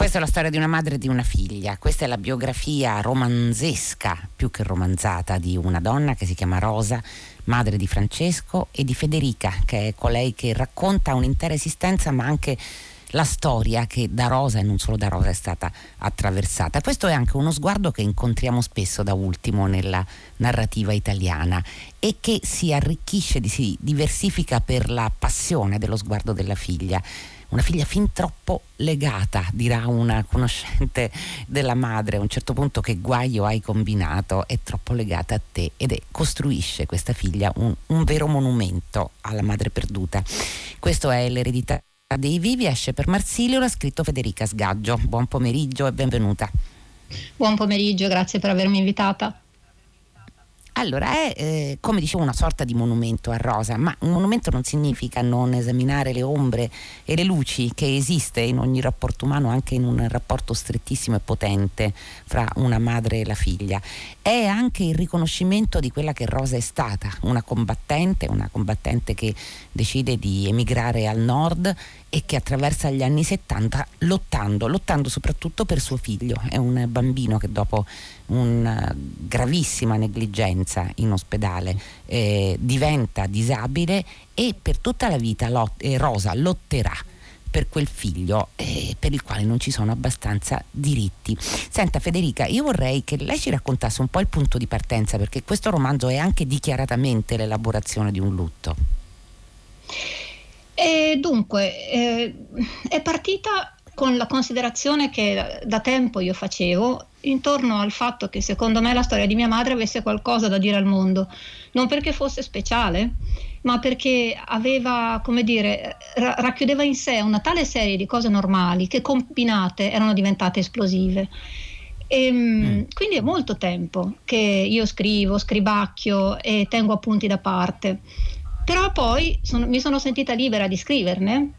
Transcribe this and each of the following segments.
Questa è la storia di una madre e di una figlia. Questa è la biografia romanzesca, più che romanzata, di una donna che si chiama Rosa, madre di Francesco e di Federica, che è colei che racconta un'intera esistenza, ma anche la storia che da Rosa e non solo da Rosa è stata attraversata. Questo è anche uno sguardo che incontriamo spesso da ultimo nella narrativa italiana e che si arricchisce, si diversifica per la passione dello sguardo della figlia. Una figlia fin troppo legata, dirà una conoscente della madre a un certo punto, che guaio hai combinato, è troppo legata a te, costruisce questa figlia un vero monumento alla madre perduta. Questo è L'eredità dei vivi, esce per Marsilio, l'ha scritto Federica Sgaggio. Buon pomeriggio e benvenuta. Buon pomeriggio, grazie per avermi invitata. Allora, è come dicevo una sorta di monumento a Rosa, ma un monumento non significa non esaminare le ombre e le luci che esiste in ogni rapporto umano, anche in un rapporto strettissimo e potente fra una madre e la figlia. È anche il riconoscimento di quella che Rosa è stata, una combattente che decide di emigrare al nord e che attraversa gli anni 70 lottando soprattutto per suo figlio. È un bambino che dopo una gravissima negligenza in ospedale diventa disabile e per tutta la vita Rosa lotterà per quel figlio per il quale non ci sono abbastanza diritti. Senta Federica, io vorrei che lei ci raccontasse un po' il punto di partenza, perché questo romanzo è anche dichiaratamente l'elaborazione di un lutto. Dunque, è partita con la considerazione che da tempo io facevo intorno al fatto che secondo me la storia di mia madre avesse qualcosa da dire al mondo, non perché fosse speciale, ma perché aveva, come dire, racchiudeva in sé una tale serie di cose normali che combinate erano diventate esplosive. Quindi è molto tempo che io scribacchio e tengo appunti da parte. Però poi mi sono sentita libera di scriverne,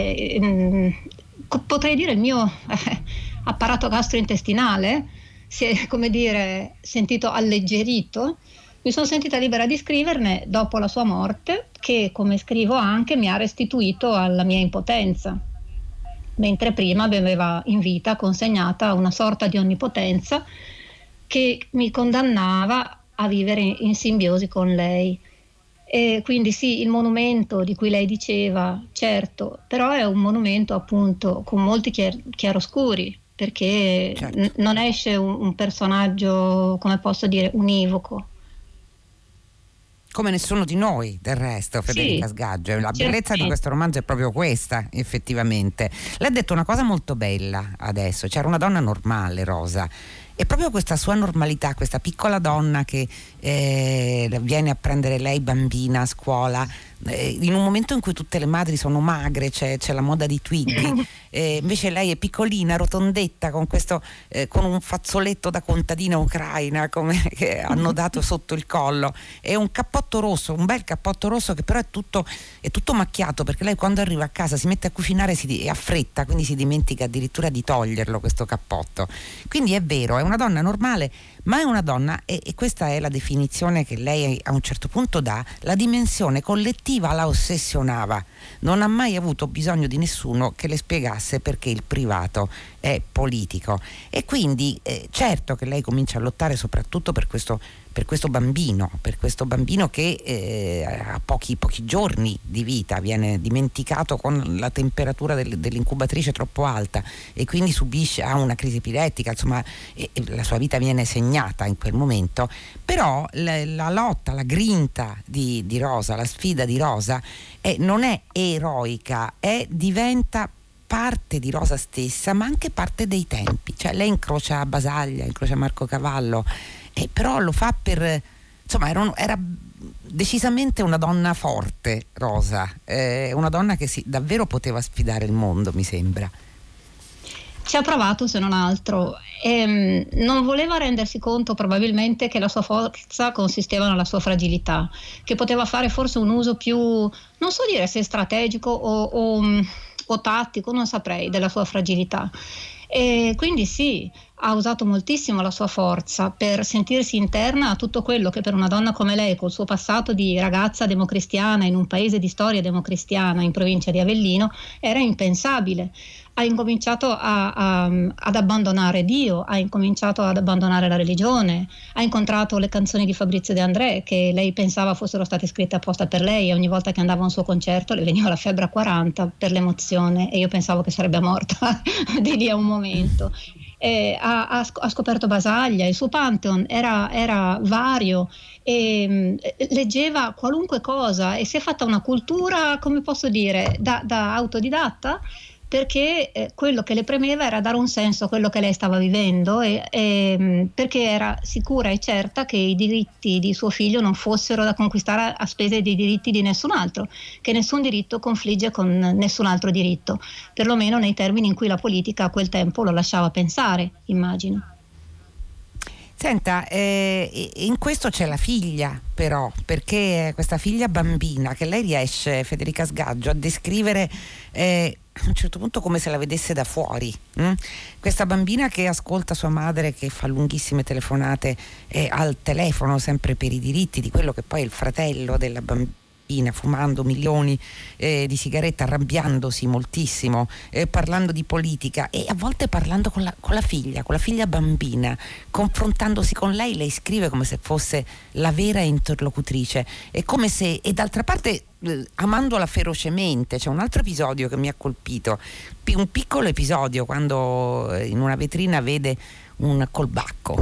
potrei dire il mio apparato gastrointestinale si è, come dire, sentito alleggerito. Mi sono sentita libera di scriverne dopo la sua morte, che, come scrivo anche, mi ha restituito alla mia impotenza, mentre prima mi aveva in vita consegnata una sorta di onnipotenza che mi condannava a vivere in simbiosi con lei. E quindi sì, il monumento di cui lei diceva, certo, però è un monumento appunto con molti chiaroscuri, perché certo. Non esce un personaggio, come posso dire, univoco. Come nessuno di noi, del resto, Federica Sì, Sgaggio. La bellezza di questo romanzo è proprio questa, effettivamente. Lei ha detto una cosa molto bella adesso: c'era una donna normale, Rosa. E proprio questa sua normalità, questa piccola donna che viene a prendere lei bambina a scuola, in un momento in cui tutte le madri sono magre, c'è la moda di Twiggy, invece lei è piccolina, rotondetta, con un fazzoletto da contadina ucraina che annodato sotto il collo, e un cappotto rosso, un bel cappotto rosso che però è tutto macchiato, perché lei quando arriva a casa si mette a cucinare e ha fretta, quindi si dimentica addirittura di toglierlo questo cappotto. Quindi è vero, è una donna normale, ma è una donna, e questa è la definizione che lei a un certo punto dà: la dimensione collettiva la ossessionava, non ha mai avuto bisogno di nessuno che le spiegasse perché il privato è politico. E quindi certo che lei comincia a lottare soprattutto per questo bambino che a pochi giorni di vita viene dimenticato con la temperatura dell'incubatrice troppo alta, e quindi ha una crisi epilettica, insomma, e la sua vita viene segnata in quel momento. Però la lotta, la grinta di Rosa, la sfida di Rosa non è eroica, diventa parte di Rosa stessa, ma anche parte dei tempi. Cioè lei incrocia Basaglia, incrocia Marco Cavallo, però lo fa insomma, era decisamente una donna forte, Rosa, una donna che davvero poteva sfidare il mondo, mi sembra. Ci ha provato, se non altro. Non voleva rendersi conto probabilmente che la sua forza consisteva nella sua fragilità, che poteva fare forse un uso più, non so dire se strategico o tattico, non saprei, della sua fragilità. E quindi sì, ha usato moltissimo la sua forza per sentirsi interna a tutto quello che per una donna come lei, col suo passato di ragazza democristiana in un paese di storia democristiana in provincia di Avellino, era impensabile. Ha incominciato ad abbandonare Dio, ha incominciato ad abbandonare la religione, ha incontrato le canzoni di Fabrizio De André che lei pensava fossero state scritte apposta per lei, e ogni volta che andava a un suo concerto le veniva la febbre a 40 per l'emozione, e io pensavo che sarebbe morta di lì a un momento. Ha scoperto Basaglia, il suo Pantheon era vario, e leggeva qualunque cosa e si è fatta una cultura, come posso dire, da autodidatta, perché quello che le premeva era dare un senso a quello che lei stava vivendo, e perché era sicura e certa che i diritti di suo figlio non fossero da conquistare a spese dei diritti di nessun altro, che nessun diritto confligge con nessun altro diritto, perlomeno nei termini in cui la politica a quel tempo lo lasciava pensare, immagino. Senta, in questo c'è la figlia però, perché questa figlia bambina che lei riesce, Federica Sgaggio, a descrivere a un certo punto come se la vedesse da fuori. Questa bambina che ascolta sua madre che fa lunghissime telefonate al telefono, sempre per i diritti di quello che poi è il fratello della bambina, fumando milioni di sigarette, arrabbiandosi moltissimo, parlando di politica e a volte parlando con la figlia bambina, confrontandosi con lei. Lei scrive come se fosse la vera interlocutrice, è come se, e d'altra parte amandola ferocemente. C'è un altro episodio che mi ha colpito, un piccolo episodio quando in una vetrina vede un colbacco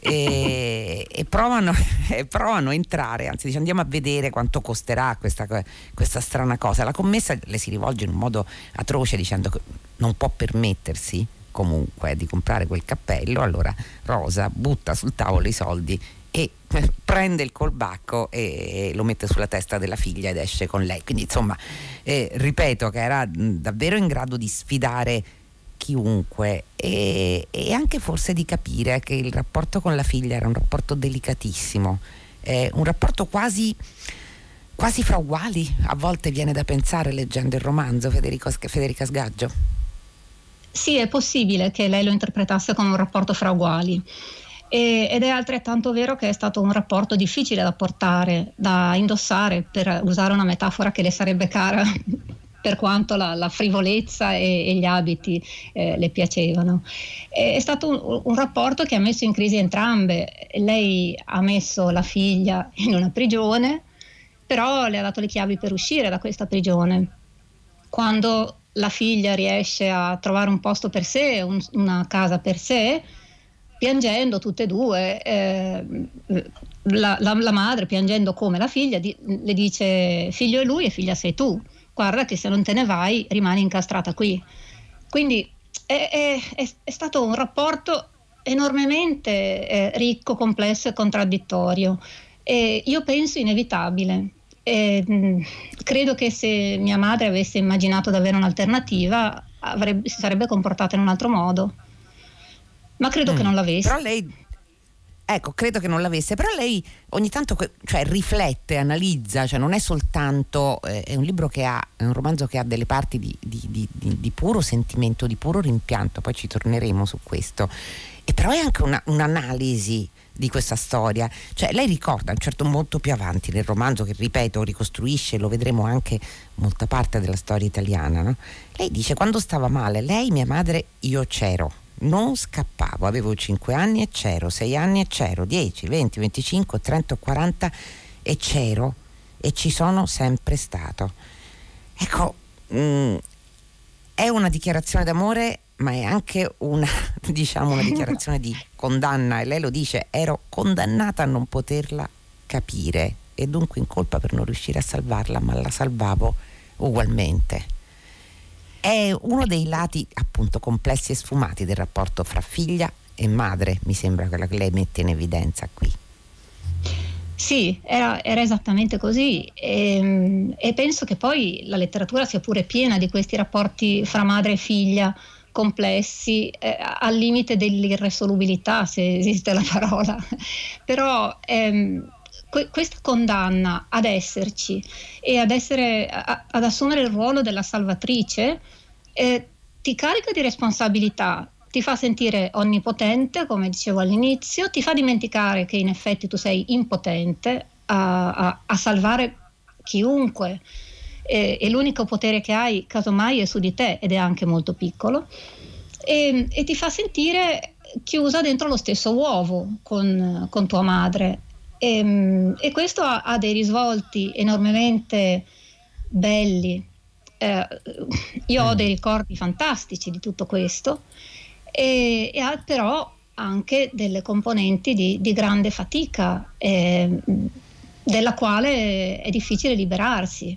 e provano a entrare, anzi dice andiamo a vedere quanto costerà questa strana cosa. La commessa le si rivolge in un modo atroce dicendo che non può permettersi comunque di comprare quel cappello. Allora Rosa butta sul tavolo i soldi e prende il colbacco e lo mette sulla testa della figlia ed esce con lei. Quindi insomma ripeto che era davvero in grado di sfidare chiunque e anche forse di capire che il rapporto con la figlia era un rapporto delicatissimo, un rapporto quasi fra uguali, a volte viene da pensare leggendo il romanzo. Federica Sgaggio. Sì, è possibile che lei lo interpretasse come un rapporto fra uguali, ed è altrettanto vero che è stato un rapporto difficile da portare, da indossare, per usare una metafora che le sarebbe cara per quanto la frivolezza e gli abiti le piacevano. È stato un rapporto che ha messo in crisi entrambe. Lei ha messo la figlia in una prigione, però le ha dato le chiavi per uscire da questa prigione. Quando la figlia riesce a trovare un posto per sé, una casa per sé, piangendo tutte e due, la madre, piangendo come la figlia, le dice: figlio è lui e figlia sei tu, guarda che se non te ne vai rimani incastrata qui. Quindi è stato un rapporto enormemente ricco, complesso e contraddittorio, e io penso inevitabile. Credo che se mia madre avesse immaginato di avere un'alternativa si sarebbe comportata in un altro modo, ma credo che non l'avesse. Però lei, ecco, credo che non l'avesse, però lei ogni tanto riflette, analizza, cioè non è soltanto, è un libro che è un romanzo che ha delle parti di puro sentimento, di puro rimpianto, poi ci torneremo su questo, e però è anche un'analisi di questa storia. Cioè lei ricorda molto più avanti nel romanzo, che ripeto ricostruisce, lo vedremo anche molta parte della storia italiana, no? Lei dice: quando stava male lei, mia madre, io c'ero, non scappavo, avevo 5 anni e c'ero, 6 anni e c'ero, 10, 20, 25, 30 o 40 e c'ero, e ci sono sempre stato. Ecco, è una dichiarazione d'amore, ma è anche una dichiarazione di condanna, e lei lo dice: ero condannata a non poterla capire e dunque in colpa per non riuscire a salvarla, ma la salvavo ugualmente. È uno dei lati appunto complessi e sfumati del rapporto fra figlia e madre, mi sembra quella che lei mette in evidenza qui. Sì, era esattamente così, e penso che poi la letteratura sia pure piena di questi rapporti fra madre e figlia complessi, al limite dell'irresolubilità, se esiste la parola. Però questa condanna ad esserci e ad assumere il ruolo della salvatrice ti carica di responsabilità, ti fa sentire onnipotente, come dicevo all'inizio, ti fa dimenticare che in effetti tu sei impotente a salvare chiunque, e l'unico potere che hai casomai è su di te, ed è anche molto piccolo, e ti fa sentire chiusa dentro lo stesso uovo con tua madre, e questo ha dei risvolti enormemente belli. Io ho dei ricordi fantastici di tutto questo, e ha però anche delle componenti di grande fatica, della quale è difficile liberarsi.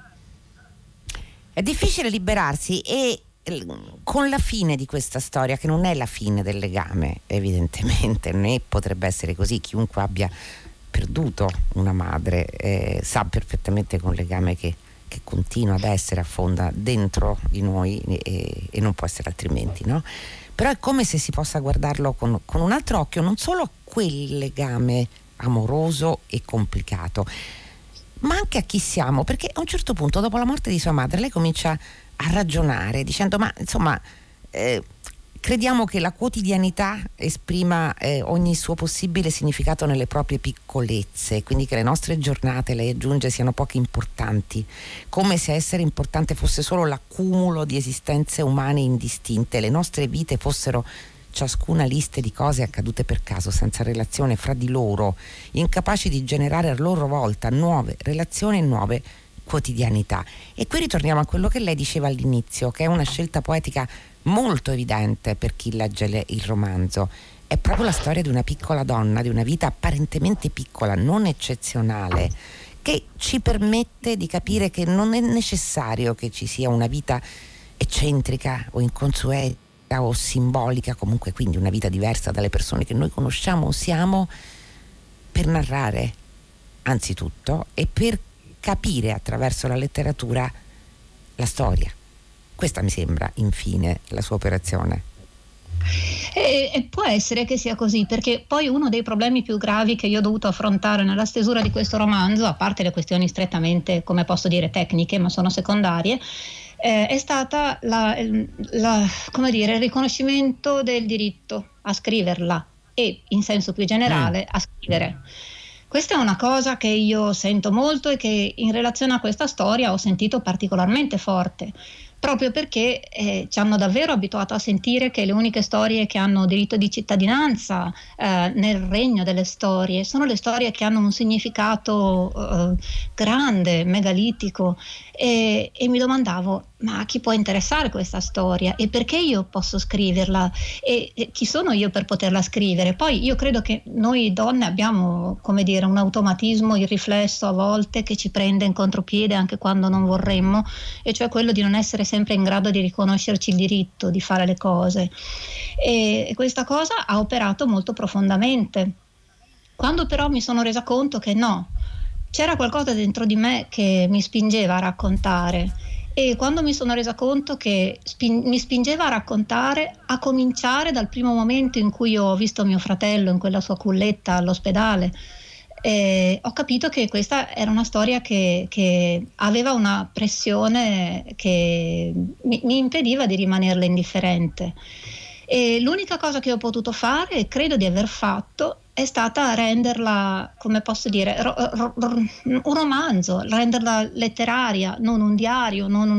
È difficile liberarsi, e con la fine di questa storia, che non è la fine del legame, evidentemente, né potrebbe essere così, chiunque abbia perduto una madre sa perfettamente che è un legame che continua ad essere, affonda dentro di noi, e non può essere altrimenti, no? Però è come se si possa guardarlo con un altro occhio, non solo a quel legame amoroso e complicato, ma anche a chi siamo, perché a un certo punto, dopo la morte di sua madre, lei comincia a ragionare dicendo: ma insomma, crediamo che la quotidianità esprima ogni suo possibile significato nelle proprie piccolezze, quindi che le nostre giornate, lei aggiunge, siano poco importanti, come se essere importante fosse solo l'accumulo di esistenze umane indistinte, le nostre vite fossero ciascuna liste di cose accadute per caso, senza relazione fra di loro, incapaci di generare a loro volta nuove relazioni e nuove quotidianità. E qui ritorniamo a quello che lei diceva all'inizio, che è una scelta poetica molto evidente per chi legge il romanzo. È proprio la storia di una piccola donna, di una vita apparentemente piccola, non eccezionale, che ci permette di capire che non è necessario che ci sia una vita eccentrica o inconsueta o simbolica, comunque quindi una vita diversa dalle persone che noi conosciamo o siamo, per narrare anzitutto e per capire attraverso la letteratura la storia. Questa mi sembra, infine, la sua operazione. E può essere che sia così, perché poi uno dei problemi più gravi che io ho dovuto affrontare nella stesura di questo romanzo, a parte le questioni strettamente, come posso dire, tecniche, ma sono secondarie, è stata come dire, il riconoscimento del diritto a scriverla e, in senso più generale, a scrivere. Questa è una cosa che io sento molto e che in relazione a questa storia ho sentito particolarmente forte, proprio perché ci hanno davvero abituato a sentire che le uniche storie che hanno diritto di cittadinanza nel regno delle storie sono le storie che hanno un significato grande, megalitico, e mi domandavo: ma a chi può interessare questa storia e perché io posso scriverla e chi sono io per poterla scrivere? Poi io credo che noi donne abbiamo, come dire, un automatismo irriflesso a volte che ci prende in contropiede anche quando non vorremmo, e cioè quello di non essere sempre in grado di riconoscerci il diritto di fare le cose, e questa cosa ha operato molto profondamente. Quando però mi sono resa conto che no, c'era qualcosa dentro di me che mi spingeva a raccontare, e quando mi sono resa conto che mi spingeva a raccontare, a cominciare dal primo momento in cui ho visto mio fratello in quella sua culletta all'ospedale, ho capito che questa era una storia che aveva una pressione che mi impediva di rimanerle indifferente. E l'unica cosa che ho potuto fare, e credo di aver fatto, è stata renderla, come posso dire, un romanzo, renderla letteraria, non un diario, non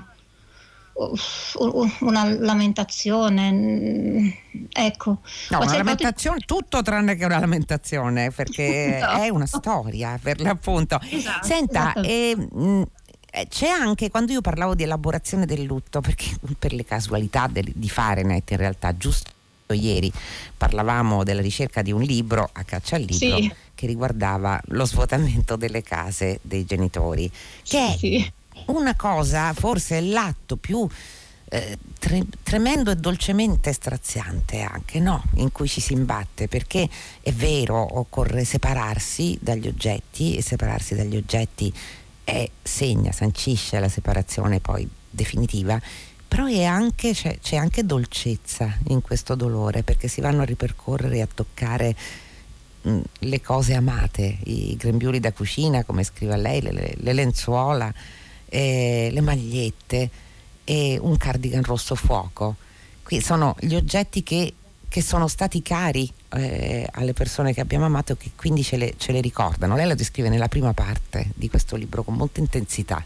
una lamentazione, ecco. No, una lamentazione, tutto tranne che una lamentazione, perché no, è una storia, per l'appunto. Esatto, senta, c'è anche, quando io parlavo di elaborazione del lutto, perché per le casualità di Fahrenheit, in realtà giusto ieri parlavamo della ricerca di un libro, A caccia al libro, sì, che riguardava lo svuotamento delle case dei genitori, che sì, è una cosa, forse è l'atto più tremendo e dolcemente straziante anche, no? In cui ci si imbatte, perché è vero, occorre separarsi dagli oggetti, e separarsi dagli oggetti sancisce la separazione poi definitiva, però c'è anche dolcezza in questo dolore, perché si vanno a ripercorrere e a toccare le cose amate, i grembiuli da cucina, come scrive lei, le lenzuola, le magliette e un cardigan rosso fuoco qui sono gli oggetti che sono stati cari alle persone che abbiamo amato e che quindi ce le ricordano. Lei lo descrive nella prima parte di questo libro con molta intensità.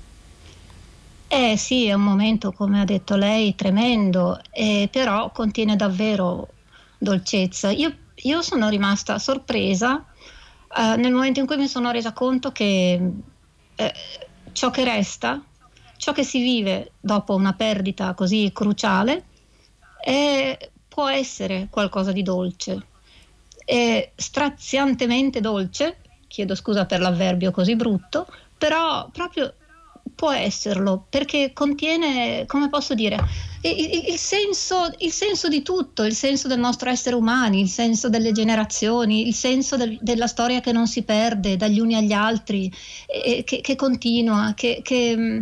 Sì, è un momento, come ha detto lei, tremendo, però contiene davvero dolcezza. Io sono rimasta sorpresa nel momento in cui mi sono resa conto che ciò che resta, ciò che si vive dopo una perdita così cruciale, può essere qualcosa di dolce, straziantemente dolce, chiedo scusa per l'avverbio così brutto, però proprio può esserlo, perché contiene, come posso dire, il senso di tutto, il senso del nostro essere umani, il senso delle generazioni, il senso della storia che non si perde dagli uni agli altri, che continua, che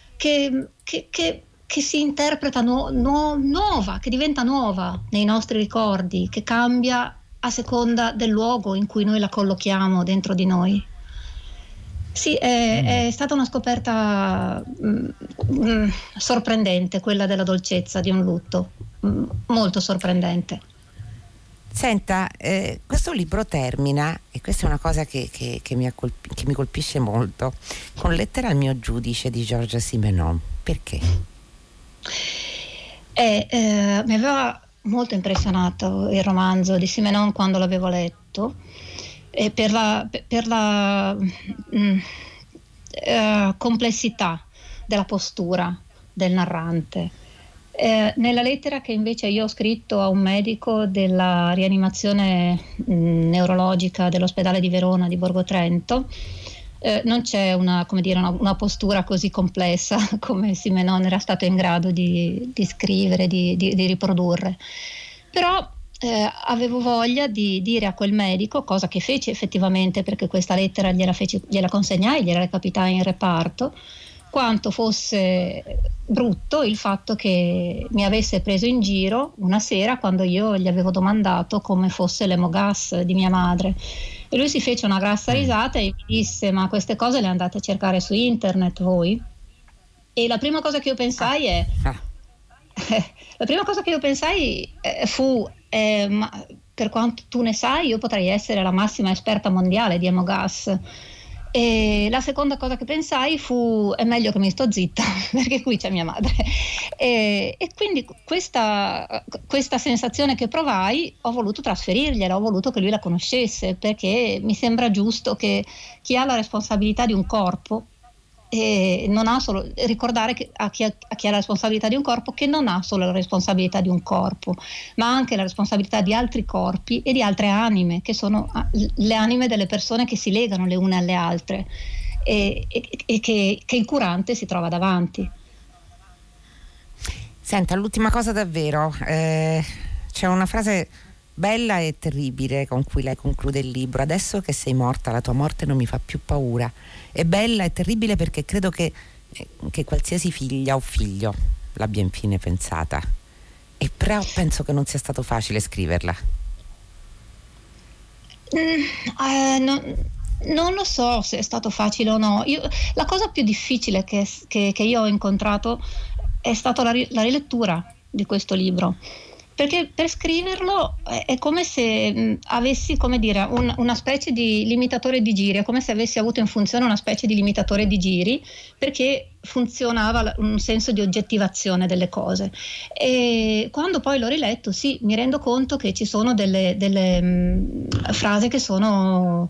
si interpreta nuova, che diventa nuova nei nostri ricordi, che cambia a seconda del luogo in cui noi la collochiamo dentro di noi. Sì, è stata una scoperta sorprendente, quella della dolcezza di un lutto, molto sorprendente. Senta, questo libro termina, e questa è una cosa che mi colpisce molto, con Lettera al mio giudice di Georges Simenon. Perché? Mi aveva molto impressionato il romanzo di Simenon quando l'avevo letto, per la complessità della postura del narrante. Nella lettera che invece io ho scritto a un medico della rianimazione neurologica dell'ospedale di Verona di Borgo Trento, non c'è una postura così complessa come Simenon era stato in grado di scrivere, di riprodurre. Però avevo voglia di dire a quel medico, cosa che feci effettivamente, perché questa lettera gliela consegnai, gliela recapitai in reparto, quanto fosse brutto il fatto che mi avesse preso in giro una sera quando io gli avevo domandato come fosse l'emogas di mia madre, e lui si fece una grassa risata e mi disse: ma queste cose le andate a cercare su internet voi? E la prima cosa che io pensai fu ma per quanto tu ne sai, io potrei essere la massima esperta mondiale di emogas. E la seconda cosa che pensai fu: è meglio che mi sto zitta perché qui c'è mia madre. E quindi questa sensazione che provai ho voluto trasferirgliela, ho voluto che lui la conoscesse, perché mi sembra giusto che chi ha la responsabilità di un corpo non ha solo ricordare che a chi ha la responsabilità di un corpo, che non ha solo la responsabilità di un corpo, ma anche la responsabilità di altri corpi e di altre anime, che sono le anime delle persone che si legano le une alle altre e che il curante si trova davanti. Senta, l'ultima cosa davvero, c'è una frase bella e terribile con cui lei conclude il libro: adesso che sei morta, la tua morte non mi fa più paura. È bella e terribile perché credo che qualsiasi figlia o figlio l'abbia infine pensata, e però penso che non sia stato facile scriverla. Non lo so se è stato facile o no. La cosa più difficile che io ho incontrato è stata la rilettura di questo libro, perché per scriverlo è come se avessi, come dire, una specie di limitatore di giri, è come se avessi avuto in funzione una specie di limitatore di giri, perché funzionava un senso di oggettivazione delle cose. E quando poi l'ho riletto, sì, mi rendo conto che ci sono delle frasi che sono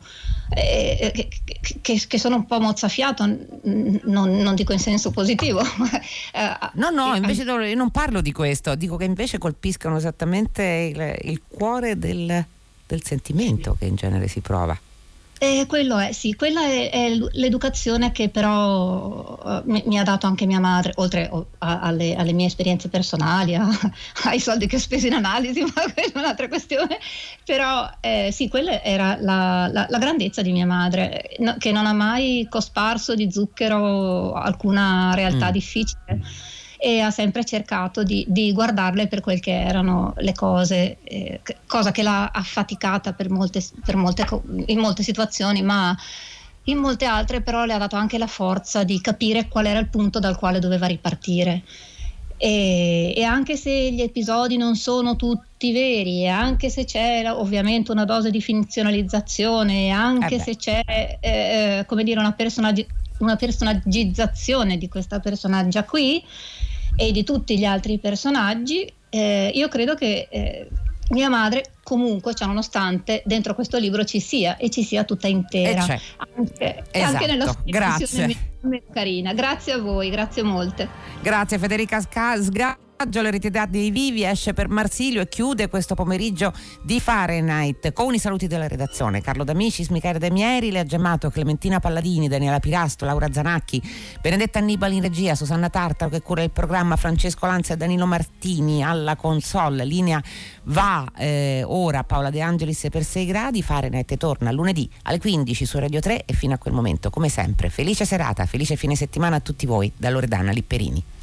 che sono un po' mozzafiato, non dico in senso positivo. No, invece io non parlo di questo, dico che invece colpiscono esattamente il cuore del sentimento che in genere si prova. Quello è, sì, quella è l'educazione che però mi ha dato anche mia madre, oltre alle mie esperienze personali, ai soldi che ho speso in analisi, ma quella è un'altra questione. Però sì, quella era la grandezza di mia madre, che non ha mai cosparso di zucchero alcuna realtà difficile, e ha sempre cercato di guardarle per quel che erano le cose, cosa che l'ha affaticata in molte situazioni, ma in molte altre però le ha dato anche la forza di capire qual era il punto dal quale doveva ripartire. E anche se gli episodi non sono tutti veri, e anche se c'è ovviamente una dose di finzionalizzazione, e anche se c'è come dire una personaggizzazione di questa personaggia qui e di tutti gli altri personaggi, io credo che mia madre comunque, cioè, nonostante dentro questo libro ci sia tutta intera, anche nella sua Grazie. carina. Grazie a voi, grazie molte. Grazie Federica Sgraggio. L'eredità dei vivi esce per Marsilio e chiude questo pomeriggio di Fahrenheit con i saluti della redazione: Carlo D'Amicis, Michele De Mieri, Lea Gemmato, Clementina Palladini, Daniela Pirasto, Laura Zanacchi, Benedetta Annibali in regia, Susanna Tartaro che cura il programma, Francesco Lanza e Danilo Martini alla console. Linea va ora Paola De Angelis per 6 gradi. Fahrenheit torna lunedì alle 15 su Radio 3 e fino a quel momento, come sempre, felice serata, felice fine settimana a tutti voi da Loredana Lipperini.